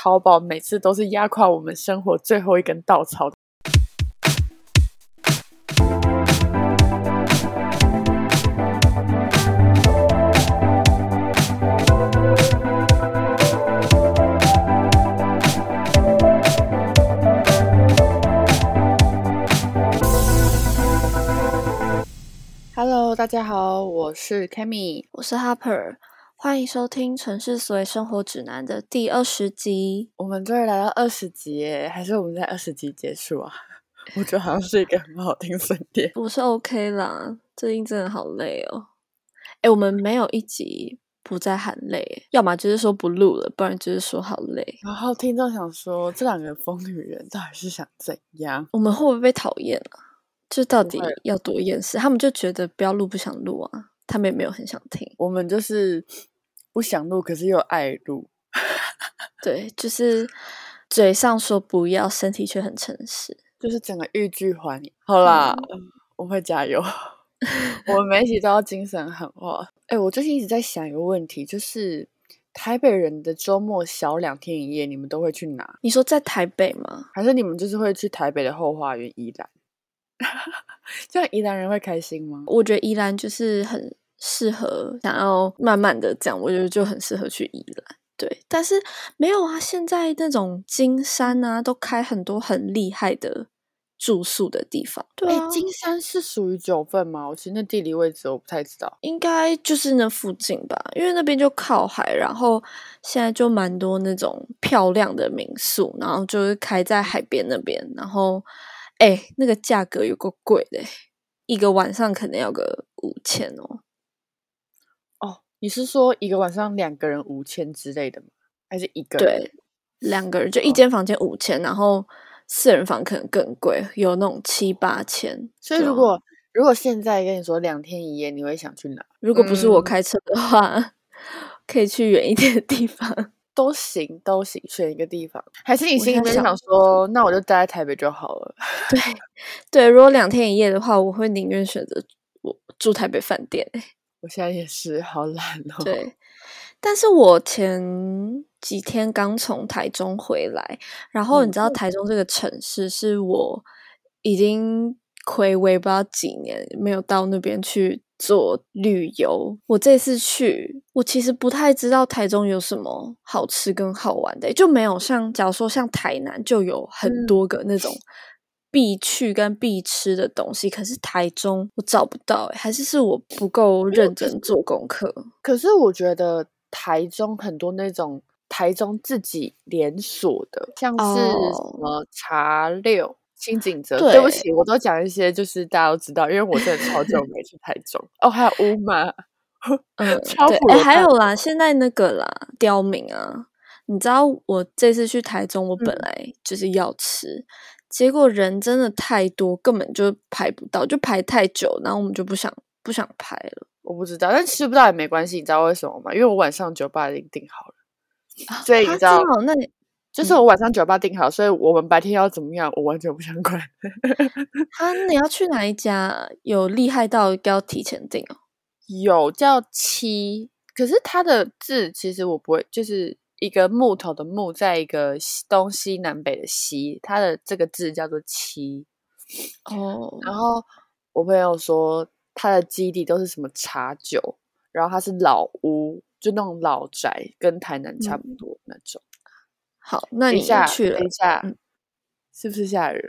淘宝每次都是压垮我们生活最后一根稻草。Hello， 大家好，我是 Cammy， 我是 Harper， 欢迎收听《城市所谓生活指南》的第20集。 我们终于来到20集耶，还是我们在20集结束啊？我觉得好像是一个很好听顺点。 我是 OK 啦，最近真的好累哦。我们没有一集不再喊累，要么就是说不录了，不然就是说好累。 然后听众想说，这两个疯女人到底是想怎样？ 我们会不会被讨厌啊？就到底要多厌世？他们就觉得不要录不想录啊，他们也没有很想听。 我们就是不想录，可是又爱录。 对，就是嘴上说不要，身体却很诚实， 就是整个欲拒还迎。好啦，我会加油。我们每一集都要精神喊话。我最近一直在想一个问题，就是台北人的周末小2天1夜，你们都会去哪？ 你说在台北吗？ 还是你们就是会去台北的后花园宜兰？这样宜兰人会开心吗？ 我觉得宜兰就是很适合想要慢慢的这样，我觉得就很适合去宜兰。对，但是没有啊，现在那种金山啊都开很多很厉害的住宿的地方。对啊， 金山是属于9份吗？我其实那地理位置我不太知道。 应该就是那附近吧，因为那边就靠海，然后现在就蛮多那种漂亮的民宿，然后就是开在海边那边，然后那个价格有够贵的，一个晚上可能要个5000哦。 哦，你是说一个晚上2个人5000之类的吗？还是一个人？ 对，2个人就一间房间5000，然后4人房可能更贵，有那种7、8千。 所以如果现在跟你说2天1夜，你会想去哪？ 如果不是我开车的话，可以去远一点的地方。 都行，选一个地方。还是你心里面想说，那我就待在台北就好了。 对，如果2天1夜的话，我会宁愿选择我住台北饭店。 我现在也是好懒哦。 对，但是我前几天刚从台中回来，然后你知道台中这个城市是我已经睽违不知道几年没有到那边去做旅游。我这次去，我其实不太知道台中有什么好吃跟好玩的，就没有假如说像台南就有很多个那种必去跟必吃的东西，可是台中我找不到，还是我不够认真做功课。 可是我觉得台中很多那种台中自己连锁的，像是什么茶六、清景泽。对不起，我都讲一些就是大家都知道，因为我真的超久没去台中。哦，还有乌马，超对， 普的还有啦，现在那个啦，刁民啊，你知道我这次去台中，我本来就是要吃，结果人真的太多，根本就排不到，就排太久，然后我们就不想排了。 我不知道，但吃不到也没关系，你知道为什么吗？因为我晚上酒吧已经订好了，所以你知道， 那你就是我晚上酒吧订好，所以我们白天要怎么样，我完全不想管。 你要去哪一家？有厉害到要提前订哦？ 有叫七，可是它的字其实我不会，就是一个木头的木，在一个东西南北的西，它的这个字叫做七。 哦， 然后我朋友说他的基地都是什么茶酒，然后它是老屋，就那种老宅，跟台南差不多那种。 好，那你去了？ 等一下，是不是下雨了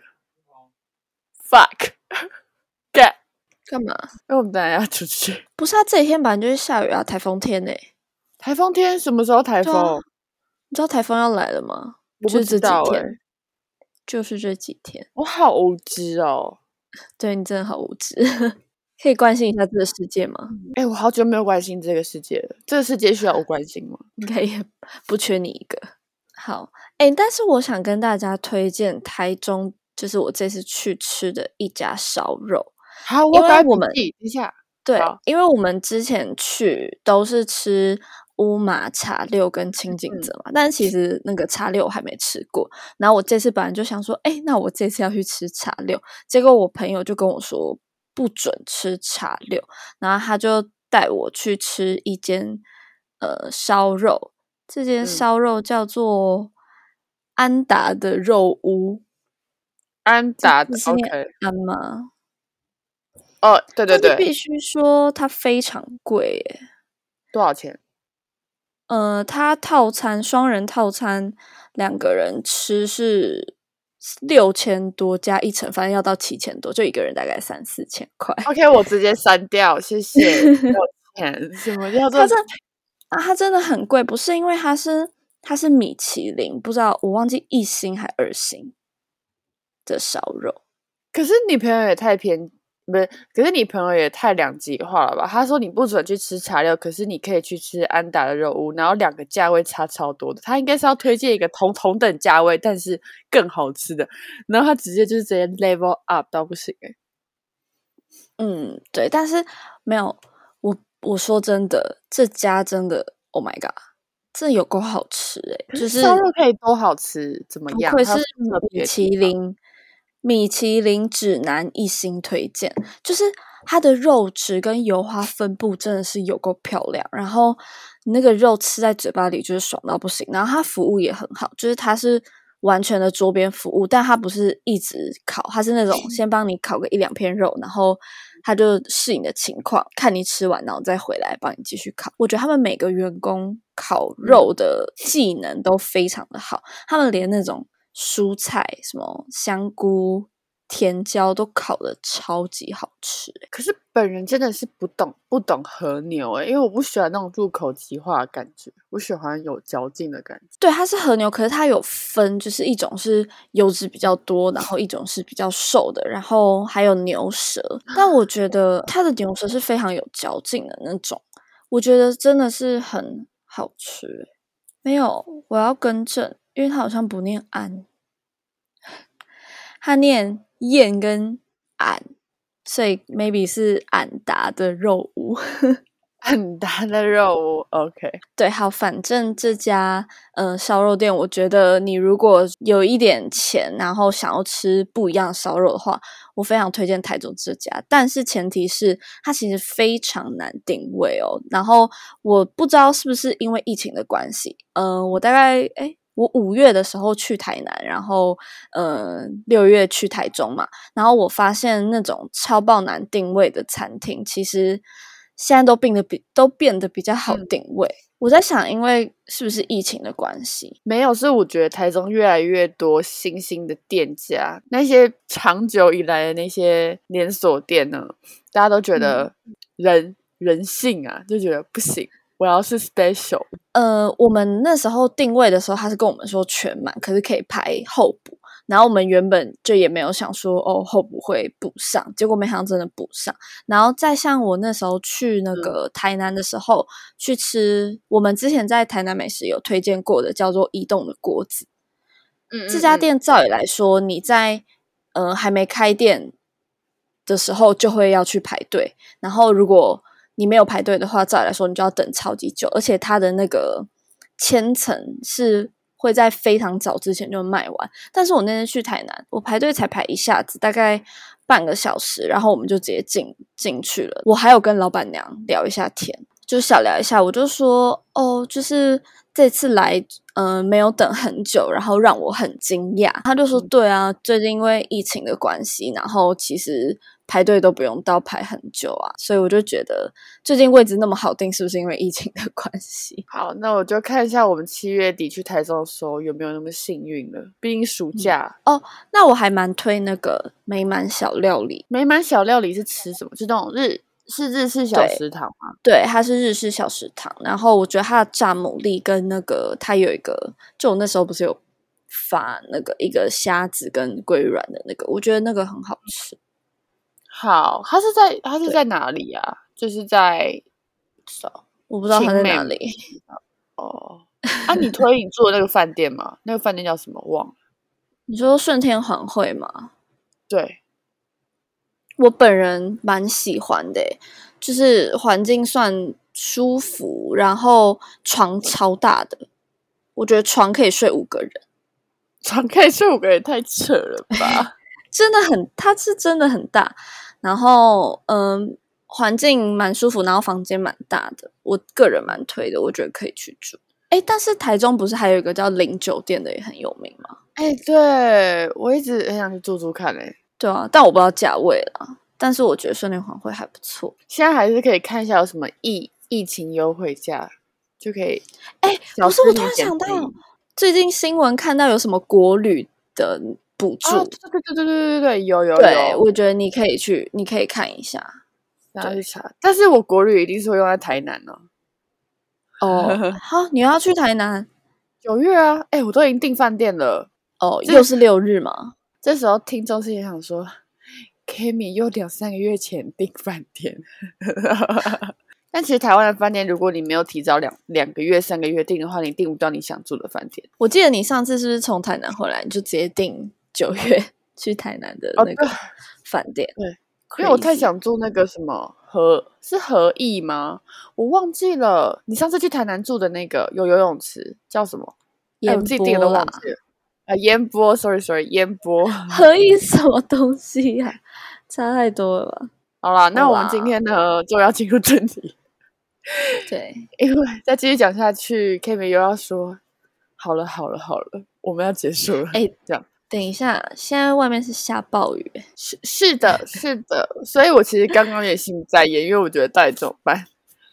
？Fuck， 干嘛？ 因为我们等下要出去。 不是啊，这几天本来就是下雨啊，台风天欸。 台风天什么时候台风？ 你知道台风要来了吗？ 我不知道就是这几天。 我好无知哦。 对，你真的好无知。可以关心一下这个世界吗？ 我好久没有关心这个世界了。这个世界需要我关心吗？ 应该也不缺你一个。好，但是我想跟大家推荐台中，就是我这次去吃的一家烧肉。 好， 因为我们等一下， 对，因为我们之前去都是吃乌马茶六跟清景泽嘛，但其实那个茶六我还没吃过。然后我这次本来就想说，那我这次要去吃茶六，结果我朋友就跟我说不准吃茶六，然后他就带我去吃一间烧肉，这间烧肉叫做安达的肉屋。 安达的是念 OK 安吗？ 哦，对对对， 但是必须说它非常贵耶。 多少钱？ 它套餐双人套餐2个人吃是6000多加1层，反正要到7000多，就一个人大概3-4千块。 OK， 我直接删掉，谢谢。有钱什么叫做？ 它真的很贵，不是因为它是米其林，不知道我忘记1星还2星的烧肉。 可是你朋友也太偏，不是？可是你朋友也太两极化了吧？他说你不准去吃茶六，可是你可以去吃安达的肉屋，然后2个价位差超多的。他应该是要推荐一个同等价位，但是更好吃的，然后他直接 level up 到不行对，但是没有我说真的，这家真的 ，Oh my god， 这有够好吃就是烧肉可以多好吃，怎么样？ 不愧是米其林。 米其林指南1星推荐，就是它的肉质跟油花分布真的是有够漂亮，然后那个肉吃在嘴巴里就是爽到不行，然后它服务也很好，就是它是完全的桌边服务，但它不是一直烤，它是那种先帮你烤个1-2片肉，然后他就视你的情况，看你吃完然后再回来帮你继续烤。我觉得他们每个员工烤肉的技能都非常的好，他们连那种蔬菜什么香菇甜椒都烤得超级好吃可是本人真的是不懂和牛因为我不喜欢那种入口即化的感觉，我喜欢有嚼劲的感觉。 对，它是和牛，可是它有分，就是一种是油脂比较多，然后一种是比较瘦的，然后还有牛舌。但我觉得它的牛舌是非常有嚼劲的那种，我觉得真的是很好吃。没有，我要更正，因为它好像不念安，它念燕跟安，所以 maybe 是安达的肉屋。 很大的肉，OK。 对，好，反正这家烧肉店，我觉得你如果有一点钱，然后想要吃不一样的烧肉的话，我非常推荐台中这家。但是前提是它其实非常难定位哦。然后我不知道是不是因为疫情的关系，我大概我5月的时候去台南，然后6月去台中嘛，然后我发现那种超爆难定位的餐厅，其实现在都变得比较好定位。我在想，因为是不是疫情的关系？ 没有，是我觉得台中越来越多新兴的店家，那些长久以来的那些连锁店呢，大家都觉得人性啊，就觉得不行，我要是 special。 我们那时候定位的时候，他是跟我们说全满，可是可以排候补。然后我们原本就也没有想说候补会补上，结果没想到真的补上。然后再像我那时候去那个台南的时候，去吃我们之前在台南美食有推荐过的叫做移动的锅子。这家店照理来说，你在还没开店的时候就会要去排队，然后如果你没有排队的话，照理来说你就要等超级久，而且它的那个千层是会在非常早之前就卖完。但是我那天去台南，我排队才排一下子，大概半个小时，然后我们就直接进去了。我还有跟老板娘聊一下天，就小聊一下，我就说就是这次来没有等很久，然后让我很惊讶。他就说对啊，最近因为疫情的关系，然后其实排队都不用到排很久啊，所以我就觉得最近位置那么好订，是不是因为疫情的关系？ 好，那我就看一下我们7月底去台中的时候有没有那么幸运了，毕竟暑假。 那我还蛮推那个美满小料理。 美满小料理是吃什么？是那种日式小食堂吗？ 对，它是日式小食堂。然后我觉得它的炸牡蛎跟那个它有一个，就我那时候不是有发那个一个虾子跟鲑鱼卵的那个，我觉得那个很好吃。 好，它是在哪里啊？就是在我不知道它在哪里。 你推你住的那个饭店吗？那个饭店叫什么？忘了。 你说顺天环汇吗？ 对， 我本人蛮喜欢的就是环境算舒服，然后床超大的，我觉得床可以睡5个人。 床可以睡5个人，太扯了吧？ 它是真的很大，然后环境蛮舒服，然后房间蛮大的，我个人蛮推的，我觉得可以去住。但是台中不是还有一个叫林酒店的也很有名吗？ 对，我一直很想去住住看对啊，但我不知道价位啦。但是我觉得顺利环会还不错， 现在还是可以看一下有什么疫情优惠价，就可以。 不是，我突然想到，最近新闻看到有什么国旅的补助， 对，有。 对，我觉得你可以看一下， 去查。但是我国旅一定是会用在台南好，你要去台南 9月啊？我都已经订饭店了。 又是6日吗？ 这时候听众是也想说 ，Kimi 又2-3个月前订饭店。但其实台湾的饭店，如果你没有提早2个月、3个月订的话，你订不到你想住的饭店。 我记得你上次是不是从台南回来，你就直接订9月去台南的那个饭店？ 对，因为我太想住那个什么和逸吗？我忘记了。你上次去台南住的那个有游泳池叫什么？我自己订都忘记了。烟波 ，sorry， 烟波。 和逸什么东西啊？差太多了吧？ 好啦，那我们今天呢就要进入正题。 对， 因为再继续讲下去 ，Kimi 又要说好了，我们要结束了。这样。 等一下，现在外面是下暴雨。 是的，所以我其实刚刚也心在焉，因为我觉得到底怎么办？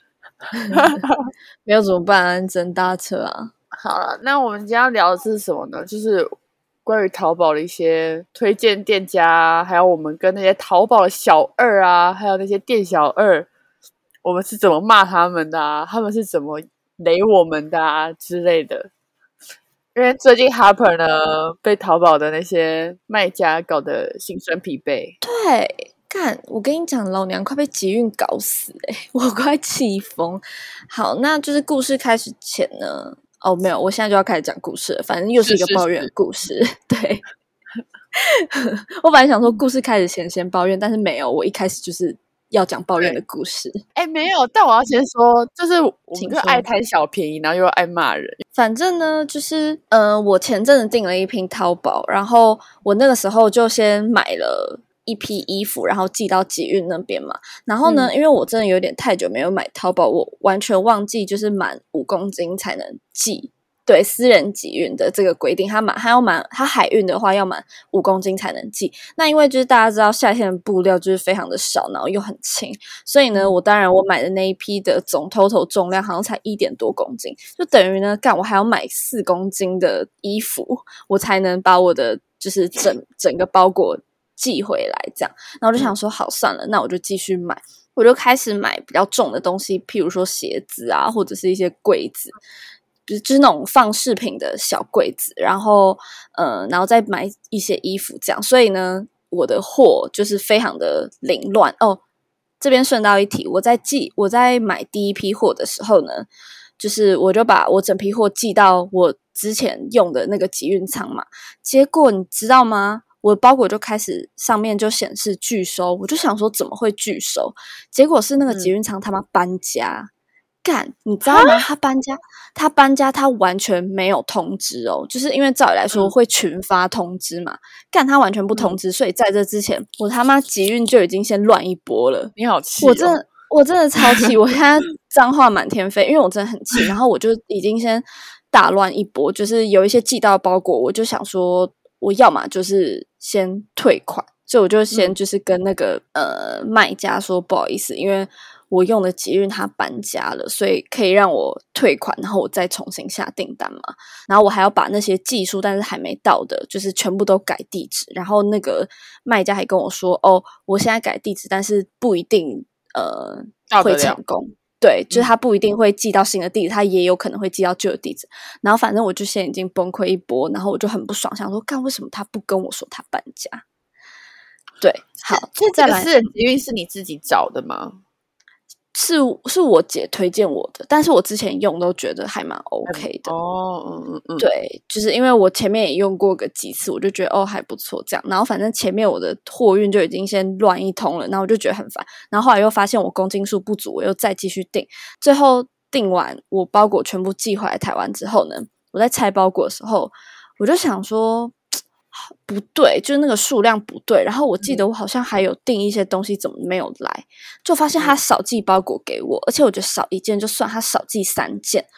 没有怎么办啊？只能搭车啊。 好了，那我们今天要聊的是什么呢？就是关于淘宝的一些推荐店家，还有我们跟那些淘宝的小二啊，还有那些店小二，我们是怎么骂他们的啊？他们是怎么雷我们的啊之类的。因为最近 Harper 呢被淘宝的那些卖家搞得心酸疲惫。 对，干！我跟你讲，老娘快被集运搞死我快气疯。好，那就是故事开始前呢，没有，我现在就要开始讲故事了。反正又是一个抱怨故事。对，我本来想说故事开始前先抱怨，但是没有，我一开始就是要讲抱怨的故事。 没有，但我要先说，就是我们就爱贪小便宜，然后又爱骂人。 反正呢，就是我前阵子订了一批淘宝，然后我那个时候就先买了一批衣服，然后寄到集运那边嘛。然后呢，因为我真的有点太久没有买淘宝，我完全忘记就是满5公斤才能寄。对，私人集运的这个规定，他海运的话要满5公斤才能寄。那因为就是大家知道夏天的布料就是非常的少，然后又很轻，所以呢，我买的那一批的总 total 重量好像才1点多公斤，就等于呢，我还要买4公斤的衣服，我才能把我的就是整个包裹寄回来这样。然后我就想说，好，算了，那我就继续买。我就开始买比较重的东西，譬如说鞋子啊，或者是一些柜子。就是那种放饰品的小柜子，然后再买一些衣服这样，所以呢，我的货就是非常的凌乱哦。这边顺道一提，我在买第一批货的时候呢，就是我就把我整批货寄到我之前用的那个集运仓嘛，结果你知道吗？我的包裹就开始上面就显示拒收，我就想说怎么会拒收？结果是那个集运仓他妈搬家。干，你知道吗？他搬家，他完全没有通知哦，就是因为照理来说会群发通知嘛。干，他完全不通知，所以在这之前，我他妈集运就已经先乱一波了。 你好气我真的超气，我现在脏话满天飞，因为我真的很气。然后我就已经先大乱一波，就是有一些寄到包裹，我就想说，我要嘛就是先退款，所以我就先就是跟那个卖家说不好意思，因为我用的集运他搬家了，所以可以让我退款，然后我再重新下订单嘛。然后我还要把那些寄出但是还没到的，就是全部都改地址。然后那个卖家还跟我说，我现在改地址，但是不一定会成功。对，就是他不一定会寄到新的地址，他也有可能会寄到旧的地址。然后反正我就现在已经崩溃一波，然后我就很不爽，想说干为什么他不跟我说他搬家？对，好， 这个私人集运是你自己找的吗？ 是我姐推荐我的，但是我之前用都觉得还蛮 OK 的。对，就是因为我前面也用过个几次，我就觉得还不错这样。然后反正前面我的货运就已经先乱一通了，然后我就觉得很烦。然后后来又发现我公斤数不足，我又再继续订。最后订完我包裹全部寄回来台湾之后呢，我在拆包裹的时候，我就想说不对，就是那个数量不对。然后我记得我好像还有订一些东西，怎么没有来？就发现他少寄包裹给我，而且我觉得少一件就算，他少寄3件。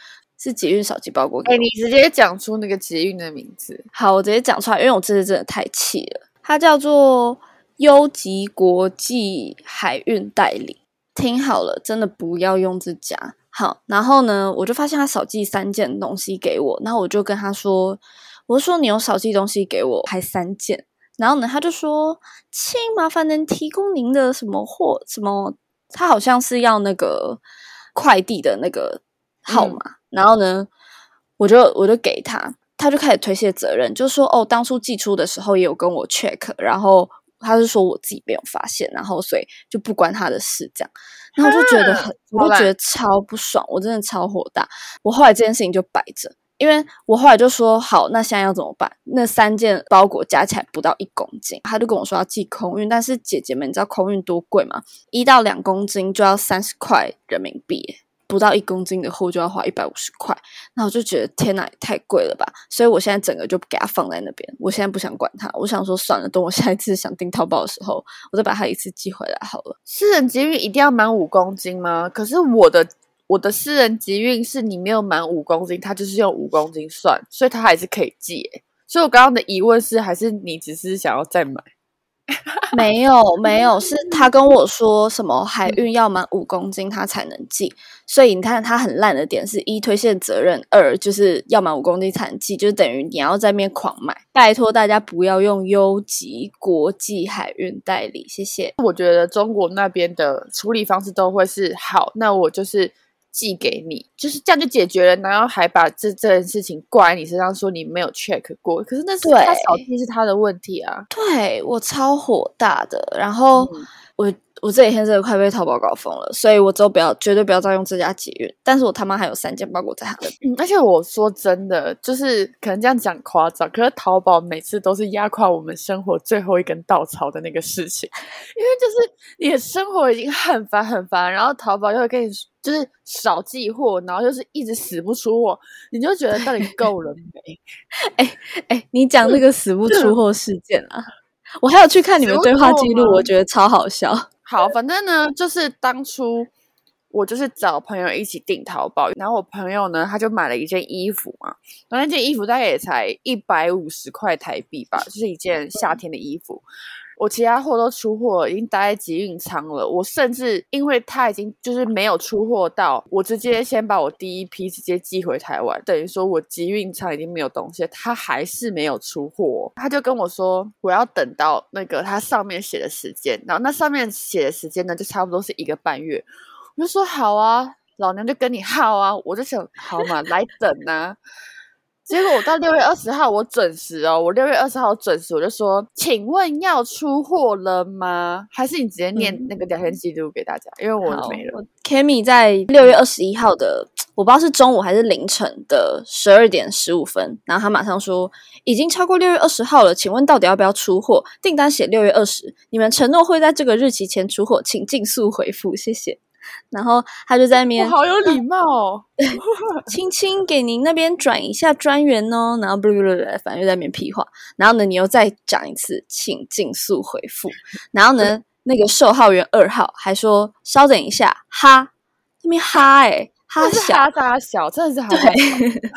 是捷运手机包裹给我。 你直接讲出那个捷运的名字。 好，我直接讲出来，因为我这次真的太气了。它叫做优吉国际海运代理。听好了，真的不要用这家。好，然后呢，我就发现他少寄3件东西给我，然后我就跟他说，我说你有少寄东西给我，还3件。然后呢，他就说，请麻烦能提供您的什么货什么，他好像是要那个快递的那个号码。然后呢，我就给他，他就开始推卸责任，就说当初寄出的时候也有跟我 check， 然后他是说我自己没有发现，然后所以就不关他的事这样。然后我就觉得我就觉得超不爽，我真的超火大。我后来这件事情就摆着，因为我后来就说好，那现在要怎么办？那3件包裹加起来不到1公斤，他就跟我说要寄空运，但是姐姐们，你知道空运多贵吗？1到2公斤就要30块人民币耶，不到1公斤的货就要花150块，那我就觉得天哪，也太贵了吧！所以我现在整个就给它放在那边，我现在不想管它，我想说算了，等我下一次想订淘宝的时候，我再把它一次寄回来好了。 私人集运一定要满5公斤吗？可是我的私人集运是你没有满5公斤，它就是用5公斤算，所以它还是可以寄耶。所以我刚刚的疑问是，还是你只是想要再买？ 没有，是他跟我说什么海运要满5公斤他才能寄，所以你看他很烂的点是1推卸责任，2就是要满5公斤才能寄，就是等于你要在那边狂买。拜托大家不要用优吉国际海运代理，谢谢。 我觉得中国那边的处理方式都会是好，那我就是寄给你，就是这样就解决了，然后还把这件事情挂在你身上，说你没有 check 过，可是那是他少寄是他的问题啊。 对，我超火大的，然后我这几天真的快被淘宝搞疯了，所以我之后绝对不要再用这家捷运，但是我他妈还有3件包裹在他那边。 而且我说真的，就是可能这样讲夸张，可是淘宝每次都是压垮我们生活最后一根稻草的那个事情，因为就是你的生活已经很烦，然后淘宝又会跟你就是少寄货，然后就是一直死不出货，你就觉得到底够了没？ 你讲那个死不出货事件啊，我还有去看你们对话记录，我觉得超好笑。 好，反正呢，就是当初我就是找朋友一起订淘宝，然后我朋友呢，他就买了一件衣服嘛，然后那件衣服大概也才150块台币吧，就是一件夏天的衣服。我其他货都出货，已经待在集运仓了。我甚至因为他已经就是没有出货到，我直接先把我第一批直接寄回台湾，等于说我集运仓已经没有东西了，他还是没有出货。他就跟我说，我要等到那个他上面写的时间，然后那上面写的时间呢，就差不多是1个半月。我就说好啊，老娘就跟你耗啊，我就想好嘛，来等啊。结果我到6月20号我准时哦，我6月20号准时，我就说请问要出货了吗？还是你直接念那个聊天记录给大家，因为我没了。 Kimi 在6月21号的我不知道是中午还是凌晨的12点15分，然后他马上说已经超过6月20号了，请问到底要不要出货？订单写6月20，你们承诺会在这个日期前出货，请尽速回复，谢谢。然后他就在那边， 我好有礼貌哦， 轻轻给您那边转一下专员哦，然后反正就在那边屁话。然后呢，你又再讲一次，请尽速回复。然后呢，那个售号员2号还说稍等一下，哈，那边哈哈小， 哈大小，真的是哈大小。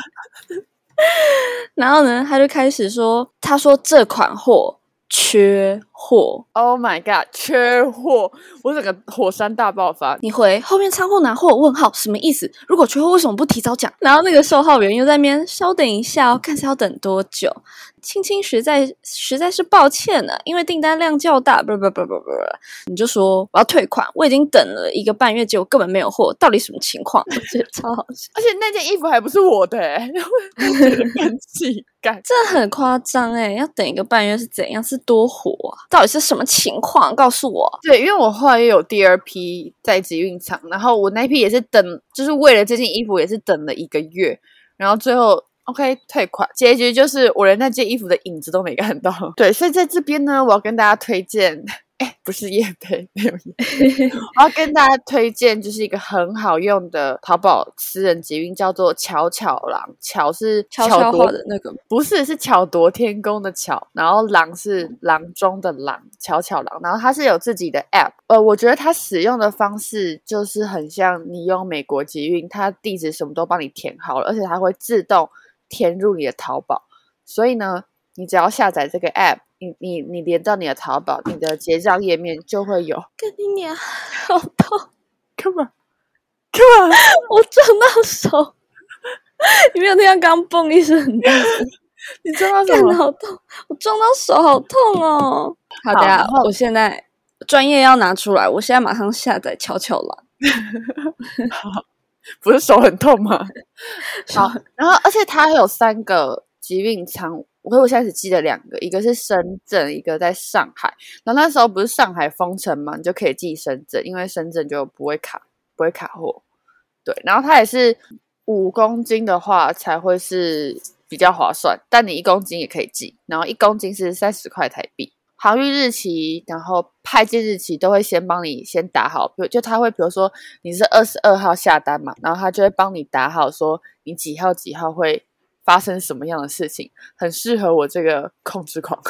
然后呢，他就开始说，他说这款货缺货 ，Oh my god， 缺货！我整个火山大爆发。 你回后面仓库拿货？问号什么意思？如果缺货为什么不提早讲？然后那个售号员又在那边稍等一下看是要等多久？青青实在是抱歉了，因为订单量较大，不，你就说我要退款，我已经等了1个半月，结果根本没有货，到底什么情况？我觉得超好笑， 而且那件衣服还不是我的我觉得更气干， 这很夸张要等1个半月是怎样？是多火啊？到底是什么情况？告诉我。 对，因为我后来也有第2批在集运仓，然后我那批也是等，就是为了这件衣服也是等了1个月，然后最后。OK， 退款，结局就是我连那件衣服的影子都没看到。对，所以在这边呢，我要跟大家推荐不是业配，没有业配。我要跟大家推荐就是一个很好用的淘宝私人集运，叫做巧巧郎。巧是悄悄话的那个， 不是，是巧夺天工的巧，然后郎是郎中的郎，巧巧郎。然后它是有自己的 app，我觉得它使用的方式就是很像你用美国集运，它地址什么都帮你填好了，而且它会自动填入你的淘宝。所以呢，你只要下载这个 app， 你连到你的淘宝，你的结账页面就会有。 跟你娘，好痛！ 干嘛？ 我撞到手，你没有听到刚嘣一声很大声？ 你撞到什么？ 好痛！我撞到手，好痛哦！好的呀，我现在专业要拿出来，我现在马上下载巧巧郎。 不是手很痛吗？好，然后而且它还有3个集运仓，我现在只记得2个，一个是深圳，一个在上海。然后那时候不是上海封城嘛，你就可以寄深圳，因为深圳就不会卡货。对，然后它也是5公斤的话才会是比较划算，但你1公斤也可以寄，然后1公斤是30块台币。航运日期，然后派件日期都会先帮你先打好，就他会比如说你是22号下单嘛，然后他就会帮你打好说你几号会发生什么样的事情，很适合我这个控制狂。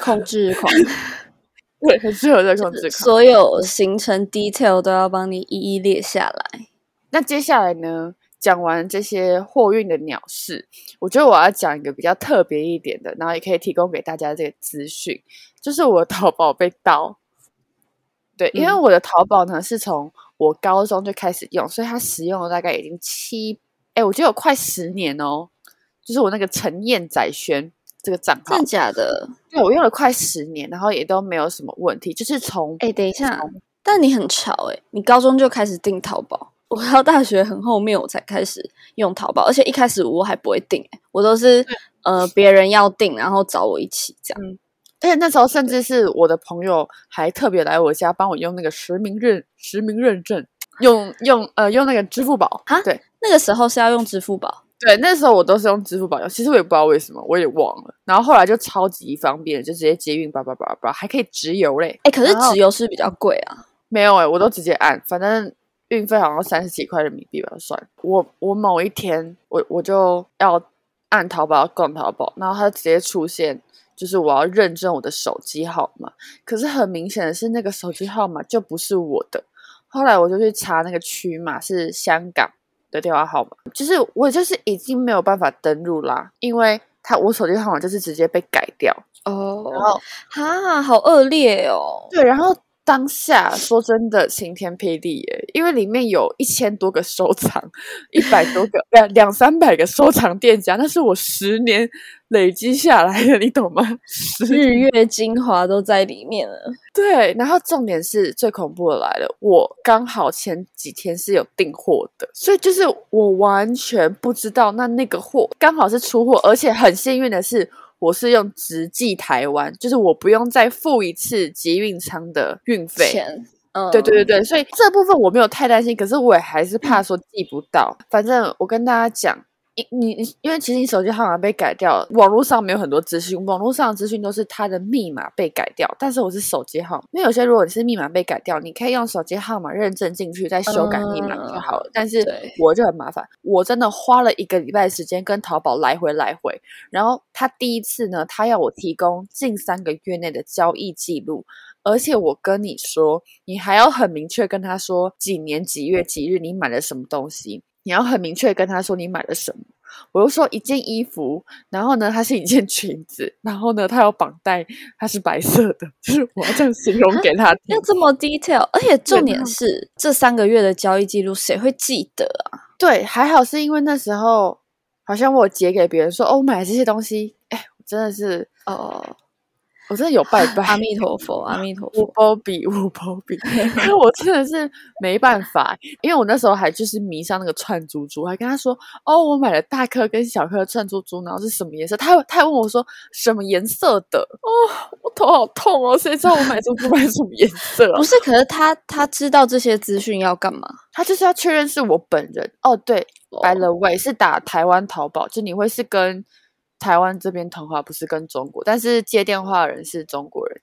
对，很适合这个控制狂， 所有行程 detail 都要帮你一一列下来。 那接下来呢，讲完这些货运的鸟事，我觉得我要讲一个比较特别一点的，然后也可以提供给大家这个资讯，就是我的淘宝被盗。对，因为我的淘宝呢是从我高中就开始用，所以它使用了大概已经我觉得有快10年哦。就是我那个陈燕载轩这个账号， 真的假的？ 对，我用了快10年，然后也都没有什么问题。就是等一下，但你很潮你高中就开始订淘宝。我到大学很后面我才开始用淘宝，而且一开始我还不会订我都是别人要订，然后找我一起这样。 而且那时候甚至是我的朋友还特别来我家帮我用那个实名认证，用那个支付宝啊。对， 那个时候是要用支付宝。 对，那时候我都是用支付宝用，其实我也不知道为什么，我也忘了。然后后来就超级方便，就直接捷运还可以直邮嘞。 可是直邮是比较贵啊。 没有我都直接按，反正运费好像30几块人民币吧，算。我某一天我就要按淘宝逛淘宝，然后它直接出现就是我要认证我的手机号码，可是很明显的是那个手机号码就不是我的。后来我就去查那个区码是香港的电话号码，就是我就是已经没有办法登录啦，因为我手机号码就是直接被改掉哦。然后好恶劣哦。 对，然后当下说真的晴天霹雳耶，因为里面有1000多个收藏，100多个200-300个收藏店家，那是我10年累积下来的，你懂吗？ 日月精华都在里面了。 对，然后重点是最恐怖的来了，我刚好前几天是有订货的，所以就是我完全不知道那个货刚好是出货，而且很幸运的是我是用直寄台湾，就是我不用再付一次集运仓的运费钱。 对，所以这部分我没有太担心，可是我也还是怕说寄不到。反正我跟大家讲，因为其实你手机号码被改掉，网络上没有很多资讯，网络上的资讯都是它的密码被改掉，但是我是手机号码，因为有些如果你是密码被改掉，你可以用手机号码认证进去再修改密码就好了，但是我就很麻烦，我真的花了1个礼拜的时间跟淘宝来回，然后他第一次呢，他要我提供近3个月内的交易记录，而且我跟你说，你还要很明确跟他说几年几月几日你买了什么东西，你要很明确跟他说你买了什么。我又说一件衣服，然后呢它是一件裙子，然后呢它有绑带，它是白色的，就是我要这样形容给他听。 要这么 detail， 而且重点是这3个月的交易记录谁会记得啊？ 对，还好是因为那时候好像我截给别人说我买这些东西，我真的是我真的有拜拜阿弥陀佛，阿弥陀佛， 无波比，因为我真的是没办法，因为我那时候还就是迷上那个串珠珠，还跟他说我买了大颗跟小颗的串珠珠，然后是什么颜色，他还问我说什么颜色的我头好痛谁知道我买珠珠买什么颜色不是，可是他知道这些资讯要干嘛？ 他就是要确认是我本人对by the way 是打台湾淘宝，就你会是跟台湾这边通话，不是跟中国，但是接电话的人是中国人，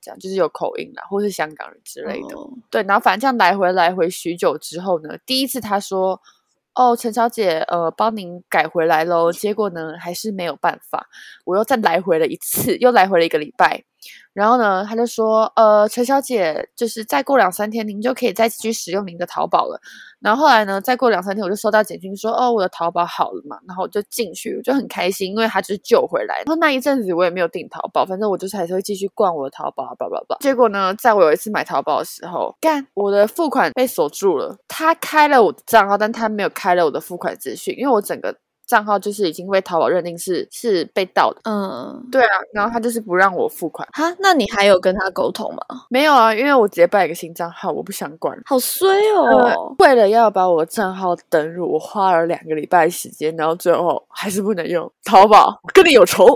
这样就是有口音啦，或是香港人之类的。对，然后反正这样来回许久之后呢，第一次他说陈小姐帮您改回来咯，结果呢还是没有办法，我又再来回了一次，又来回了1个礼拜。然后呢他就说陈小姐就是再过2-3天您就可以再继续使用您的淘宝了。然后后来呢再过2-3天我就收到简讯说我的淘宝好了嘛，然后我就进去，我就很开心，因为他就是救回来。然后那一阵子我也没有订淘宝，反正我就是还是会继续逛我的淘宝blah blah blah。结果呢在我有一次买淘宝的时候，我的付款被锁住了，他开了我的账号，但他没有开了我的付款资讯，因为我整个账号就是已经被淘宝认定是被盗的。对啊，然后他就是不让我付款。 哈，那你还有跟他沟通吗？ 没有啊，因为我直接办一个新账号，我不想管。 好衰哦。 为了要把我的账号登入，我花了2个礼拜时间，然后最后还是不能用淘宝，我跟你有仇。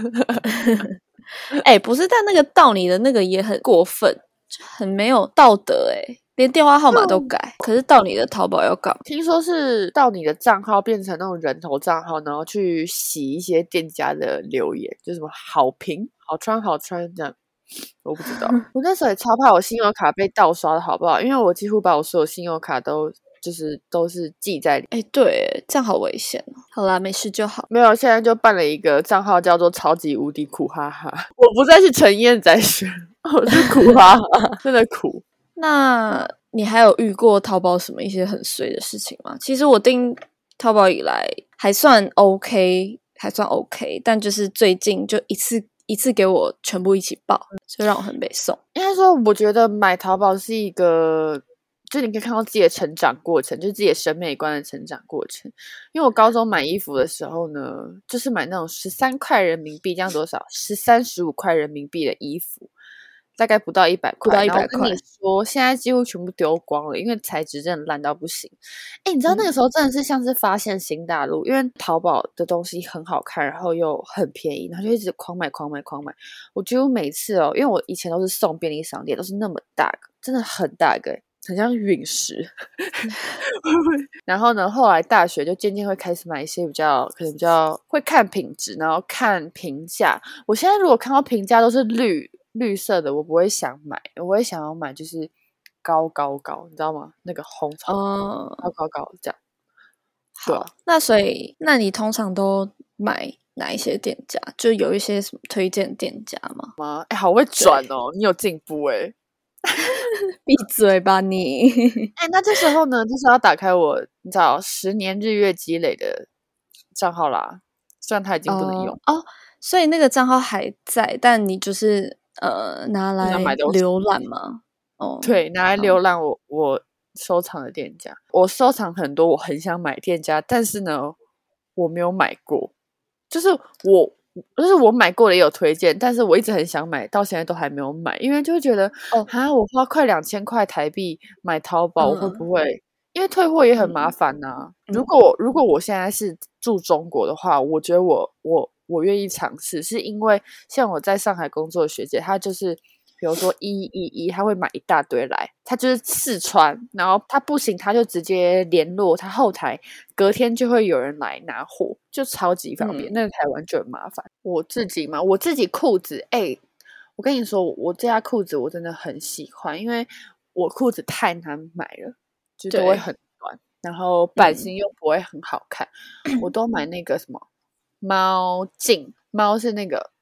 不是，但那个盗你的那个也很过分，很没有道德连电话号码都改，可是盗你的淘宝要干嘛？ 听说是盗你的账号变成那种人头账号，然后去洗一些店家的留言，就什么好评、好穿这样。我不知道。我那时候也超怕我信用卡被盗刷的好不好，因为我几乎把我所有信用卡都是记在里。 对，这样好危险哦。好啦，没事就好。 没有，现在就办了一个账号叫做超级无敌苦哈哈。我不再是陈燕仔选，我是苦哈哈，真的苦。 那你还有遇过淘宝什么一些很衰的事情吗？其实我订淘宝以来还算 OK，但就是最近就一次给我全部一起爆，就让我很北宋。 应该说我觉得买淘宝是一个就你可以看到自己的成长过程，就是自己的审美观的成长过程。因为我高中买衣服的时候呢，就是买那种13块人民币，这样多少？13、15块人民币的衣服，大概不到100块。 不到100块。 然后跟你说，现在几乎全部丢光了，因为材质真的烂到不行。你知道那个时候真的是像是发现新大陆，因为淘宝的东西很好看，然后又很便宜，然后就一直狂买。我几乎每次因为我以前都是送便利商店，都是那么大个，真的很大个，很像陨石。然后呢后来大学就渐渐会开始买一些可能比较会看品质，然后看评价。我现在如果看到评价都是绿色的，我不会想买，我会想要买就是高，你知道吗？那个红草高这样。 好，那所以那你通常都买哪一些店家？就有一些什么推荐店家吗？ 好会转哦，你有进步闭嘴吧你。 那这时候呢，就是要打开我你知道10年日月积累的账号啦，虽然它已经不能用所以那个账号还在，但你就是拿来浏览吗？ 对，拿来浏览我收藏的店家。我收藏很多我很想买店家，但是呢我没有买过，就是我买过的也有推荐，但是我一直很想买，到现在都还没有买，因为就会觉得我花快2000块台币买淘宝，我会不会因为退货也很麻烦啊。如果我现在是住中国的话，我觉得我愿意尝试，是因为像我在上海工作的学姐，她就是比如说111，她会买一大堆来，她就是试穿，然后她不行，她就直接联络她后台，隔天就会有人来拿货，就超级方便。那个台湾就很麻烦。我自己裤子，我跟你说，我这家裤子我真的很喜欢，因为我裤子太难买了，就都会很短，然后版型又不会很好看。我都买那个什么猫镜，猫是那个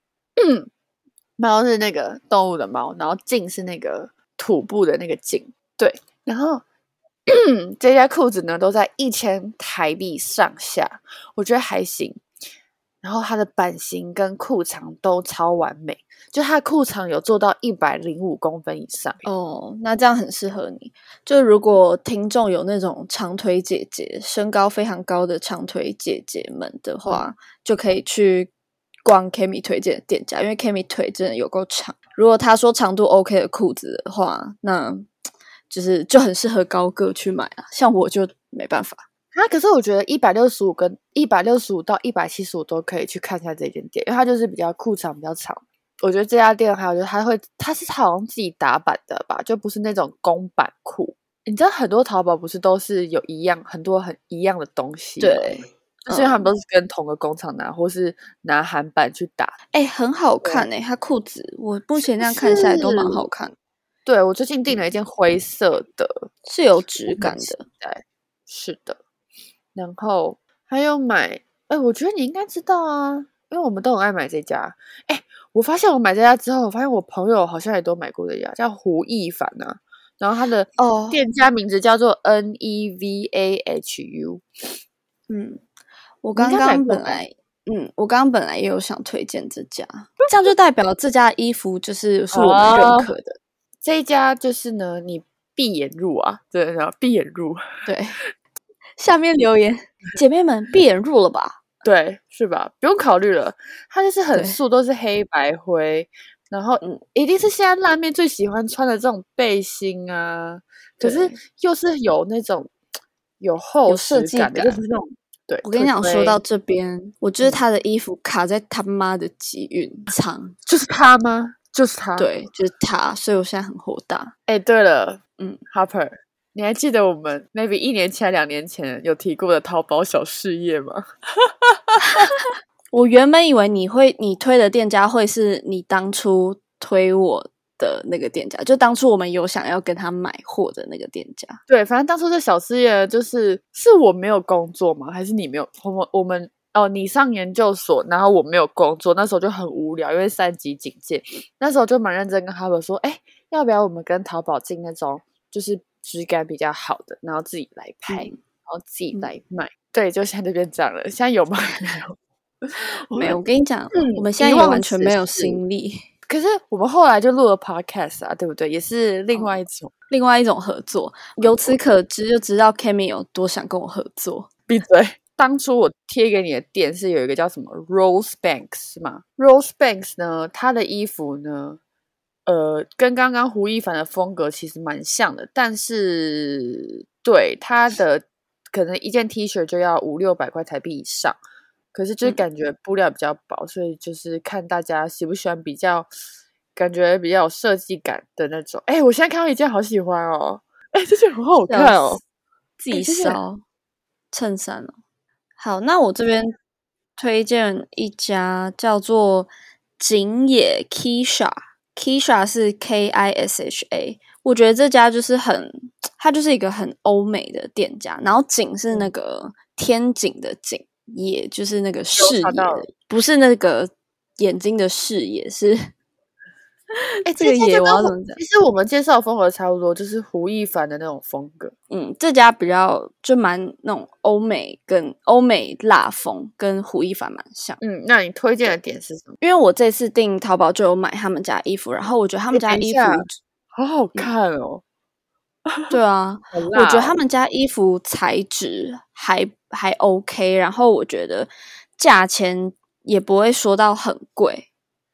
动物的猫，然后镜是那个土部的那个镜。对，然后这家裤子呢都在1000台币上下，我觉得还行。然后它的版型跟裤长都超完美，就它的裤长有做到105公分以上。 那这样很适合你。就如果听众有那种长腿姐姐，身高非常高的长腿姐姐们的话，就可以去逛 Kimi 推荐的店家，因为 Kimi 腿真的有够长。如果他说长度 OK 的裤子的话，那就很适合高个去买啊，像我就没办法。 可是我觉得165到175都可以去看一下这间店，因为它就是比较裤长比较长。我觉得这家店还有就是它是好像自己打版的吧，就不是那种公版裤。你知道很多淘宝不是都是有很多很一样的东西吗？ 对， 就是因为他们都是跟同个工厂拿，或是拿韩版去打。 很好看它裤子我目前这样看下来都蛮好看。 对，我最近订了一件灰色的， 是有质感的。 是的，然后还有买，我觉得你应该知道啊，因为我们都很爱买这家。我发现我买这家之后，我发现我朋友好像也都买过这家，叫胡亦凡啊。然后他的店家名字叫做 NEVAHU。 我刚刚本来也有想推荐这家，这样就代表这家衣服就是我们认可的。 这一家就是呢，你闭眼入啊，对，然后闭眼入， 对。下面留言，姐妹们闭眼入了吧？ 对，是吧？不用考虑了，它就是很素，都是黑白灰，然后一定是现在辣妹最喜欢穿的这种背心啊，可是又是有那种有厚实感的，就是那种。对， 我跟你讲，说到这边，我觉得他的衣服卡在他妈的集运仓， 就是他吗？就是他， 对，就是他，所以我现在很火大。 对了，Harper， 你还记得我们 maybe 1年前、2年前有提过的淘宝小事业吗？ 我原本以为你推的店家会是你当初推我的那个店家，就当初我们有想要跟他买货的那个店家。 对，反正当初这小事业是我没有工作吗？还是你没有？我们你上研究所，然后我没有工作，那时候就很无聊，因为3级警戒，那时候就蛮认真跟他们说，要不要我们跟淘宝进那种就是质感比较好的，然后自己来拍，然后自己来卖。对，就现在就变这样了。现在有吗？ 没有。我跟你讲，我们现在也完全没有心力。 可是我们后来就录了 podcast 啊，对不对？也是另外一种合作。由此可知，就知道 Cammy 有多想跟我合作。 闭嘴！当初我贴给你的店是有一个叫什么 Rose Banks 是吗 ？Rose Banks 呢，他的衣服呢，跟刚刚胡亦凡的风格其实蛮像的，但是对他的可能一件 T 恤就要500-600块台币以上，可是就是感觉布料比较薄，所以就是看大家喜不喜欢比较感觉比较有设计感的那种。我现在看到一件好喜欢哦，这件很好看哦， 自己烧衬衫哦。好，那我这边推荐一家叫做景野 Kisha 是 KISHA， 我觉得这家就是它就是一个很欧美的店家，然后景是那个天井的井，野就是那个视野，不是那个眼睛的视野，是这个野我要怎么讲？ 其实我们介绍的风格差不多，就是胡亦凡的那种风格。 这家比较就蛮那种欧美辣风，跟胡亦凡蛮像。 那你推荐的点是什么？ 因为我这次订淘宝就有买他们家衣服，然后我觉得他们家衣服好好看哦。 对啊，我觉得他们家衣服材质还 OK， 然后我觉得价钱也不会说到很贵。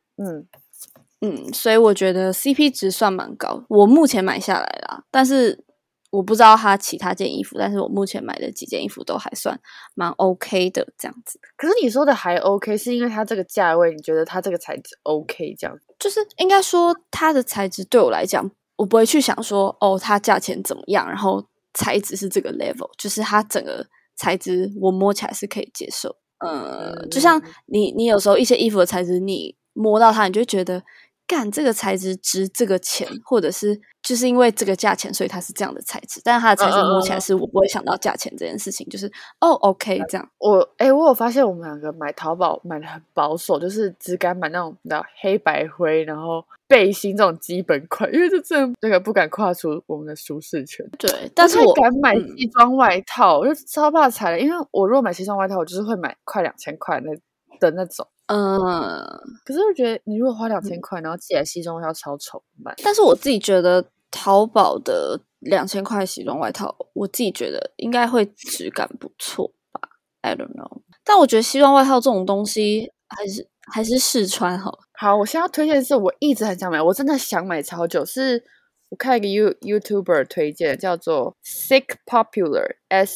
所以我觉得 CP 值算蛮高，我目前买下来啦，但是我不知道他其他件衣服，但是我目前买的几件衣服都还算蛮 OK 的这样子。 可是你说的还 OK 是因为它这个价位你觉得它这个材质 OK 这样子？ 就是应该说它的材质对我来讲，我不会去想说它价钱怎么样，然后材质是这个 level， 就是它整个材质我摸起来是可以接受。就像你有时候一些衣服的材质你摸到它你就会觉得干这个材质值这个钱，或者是就是因为这个价钱所以它是这样的材质，但是它的材质摸起来是我不会想到价钱这件事情，就是OK 这样。 我有发现我们两个买淘宝买的很保守，就是只敢买那种黑白灰，然后背心这种基本款，因为这真的那个不敢跨出我们的舒适圈。 对，但是我敢买西装外套，我就超怕踩了，因为我如果买西装外套，我就是会买快2000块的那种。可是我觉得你如果花2000块，然后寄来西装外套超丑办？ 但是我自己觉得淘宝的2000块西装外套，我自己觉得应该会质感不错吧 ，I don't know。但我觉得西装外套这种东西还是试穿好了。 好，我现在要推荐的是我一直很想买，我真的想买超久，是我看一个 YouTuber 推荐，叫做 Sick Popular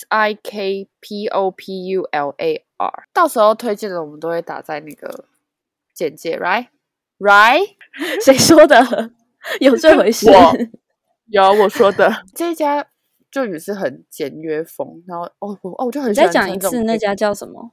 SIKPOPULAR， 到时候推荐的我们都会打在那个简介 ，right？ 谁说的？有这回事？ 有我说的。这一家就也是很简约风，然后我就很喜欢穿这种。你再讲一次那家叫什么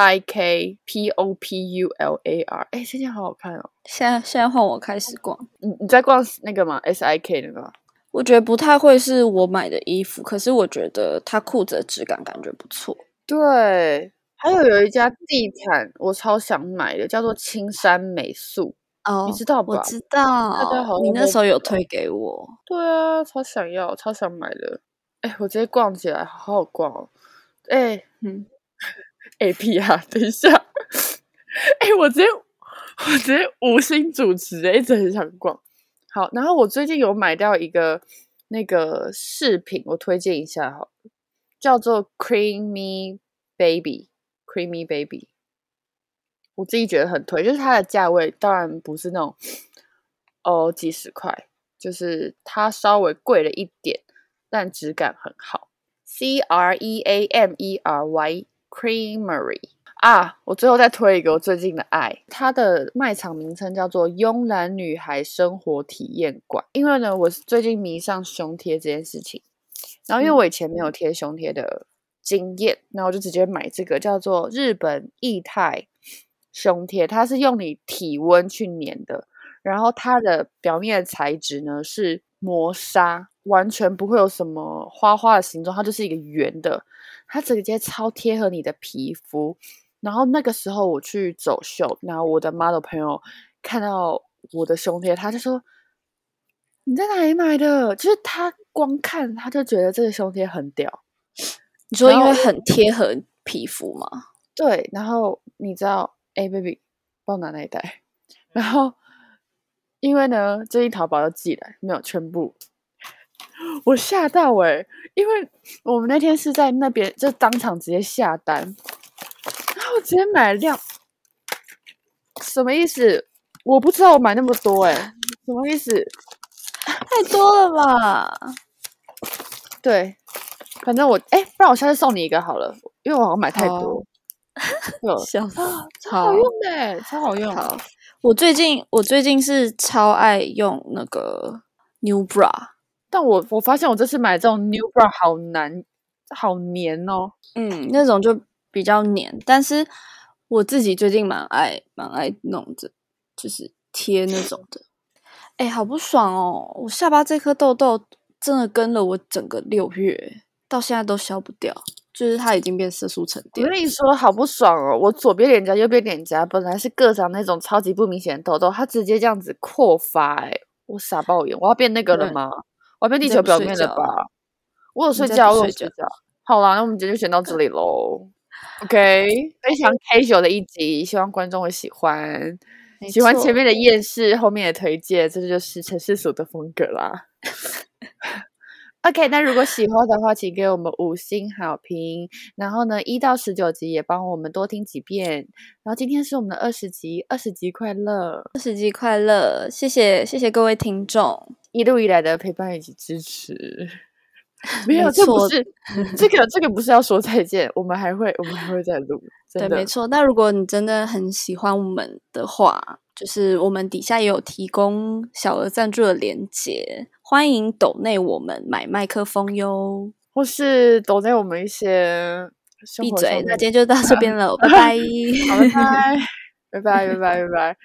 ？SIKPOPULAR， 这件好好看哦。 现在换我开始逛。 你在逛那个吗 ？SIK 那个吗？ 我觉得不太会是我买的衣服，可是我觉得它裤子的质感感觉不错。 对，还有一家地毯我超想买的，叫做青山美素。你知道吧？ 我知道，你那时候有推给我。 对啊，超想要，超想买的。我直接逛起来，好好逛哦。AP 等一下。我直接无心主持，一直很想逛。好，然后我最近有买到一个那个饰品，我推荐一下好了，叫做 Creamy Baby。Creamy Baby， 我自己觉得很推，就是它的价位当然不是那种几十块，就是它稍微贵了一点，但质感很好。CREAMERY Creamery 啊！我最后再推一个我最近的爱，它的卖场名称叫做慵懒女孩生活体验馆。因为呢，我最近迷上胸贴这件事情，然后因为我以前没有贴胸贴的经验，那我就直接买这个叫做日本液态胸贴，它是用你体温去粘的，然后它的表面的材质呢是磨砂，完全不会有什么花花的形状，它就是一个圆的，它直接超贴合你的皮肤。然后那个时候我去走秀，然后我的 model 朋友看到我的胸贴，他就说你在哪里买的？就是他光看他就觉得这个胸贴很屌。 你说因为很贴合皮肤吗？ 对，然后你知道baby 帮我拿那一袋，然后因为呢最近淘宝要寄来，没有全部，我吓到因为我们那天是在那边就当场直接下单，然后我直接买了量，什么意思？我不知道我买那么多什么意思？ 太多了吧？ 对，反正我不然我下次送你一个好了，因为我好像买太多。 笑死， 超好用的，超好用。 好，我最近是超爱用那个 New Bra， 但我发现我这次买这种 New Bra 好难，好黏哦。 那种就比较黏，但是我自己最近蛮爱弄着，就是贴那种的。好不爽哦！我下巴这颗痘痘真的跟了我整个6月，到现在都消不掉，就是它已经变色素沉淀。 我跟你说，好不爽哦！我左边脸颊、右边脸颊本来是各长那种超级不明显的痘痘，它直接这样子扩发，我傻爆眼！我要变那个了吗？我要变地球表面了吧？我有睡觉，我有睡觉。好啦，那我们今天就先到这里咯。OK， 非常 casual 的一集，希望观众会喜欢。喜欢前面的厌世，后面的推荐，这就是陈世俗的风格啦。OK， 那如果喜欢的话，请给我们5星好评。然后呢，1到19集也帮我们多听几遍。然后今天是我们的20集，20集快乐 ，20集快乐！谢谢各位听众一路以来的陪伴以及支持。没有，这不是这个不是要说再见，我们还会再录。 对，没错。那如果你真的很喜欢我们的话，就是我们底下也有提供小额赞助的连结，欢迎抖内我们买麦克风哟， 或是抖内我们一些。 闭嘴，那今天就到这边了，拜拜， 好，拜拜，拜拜，拜拜，拜拜。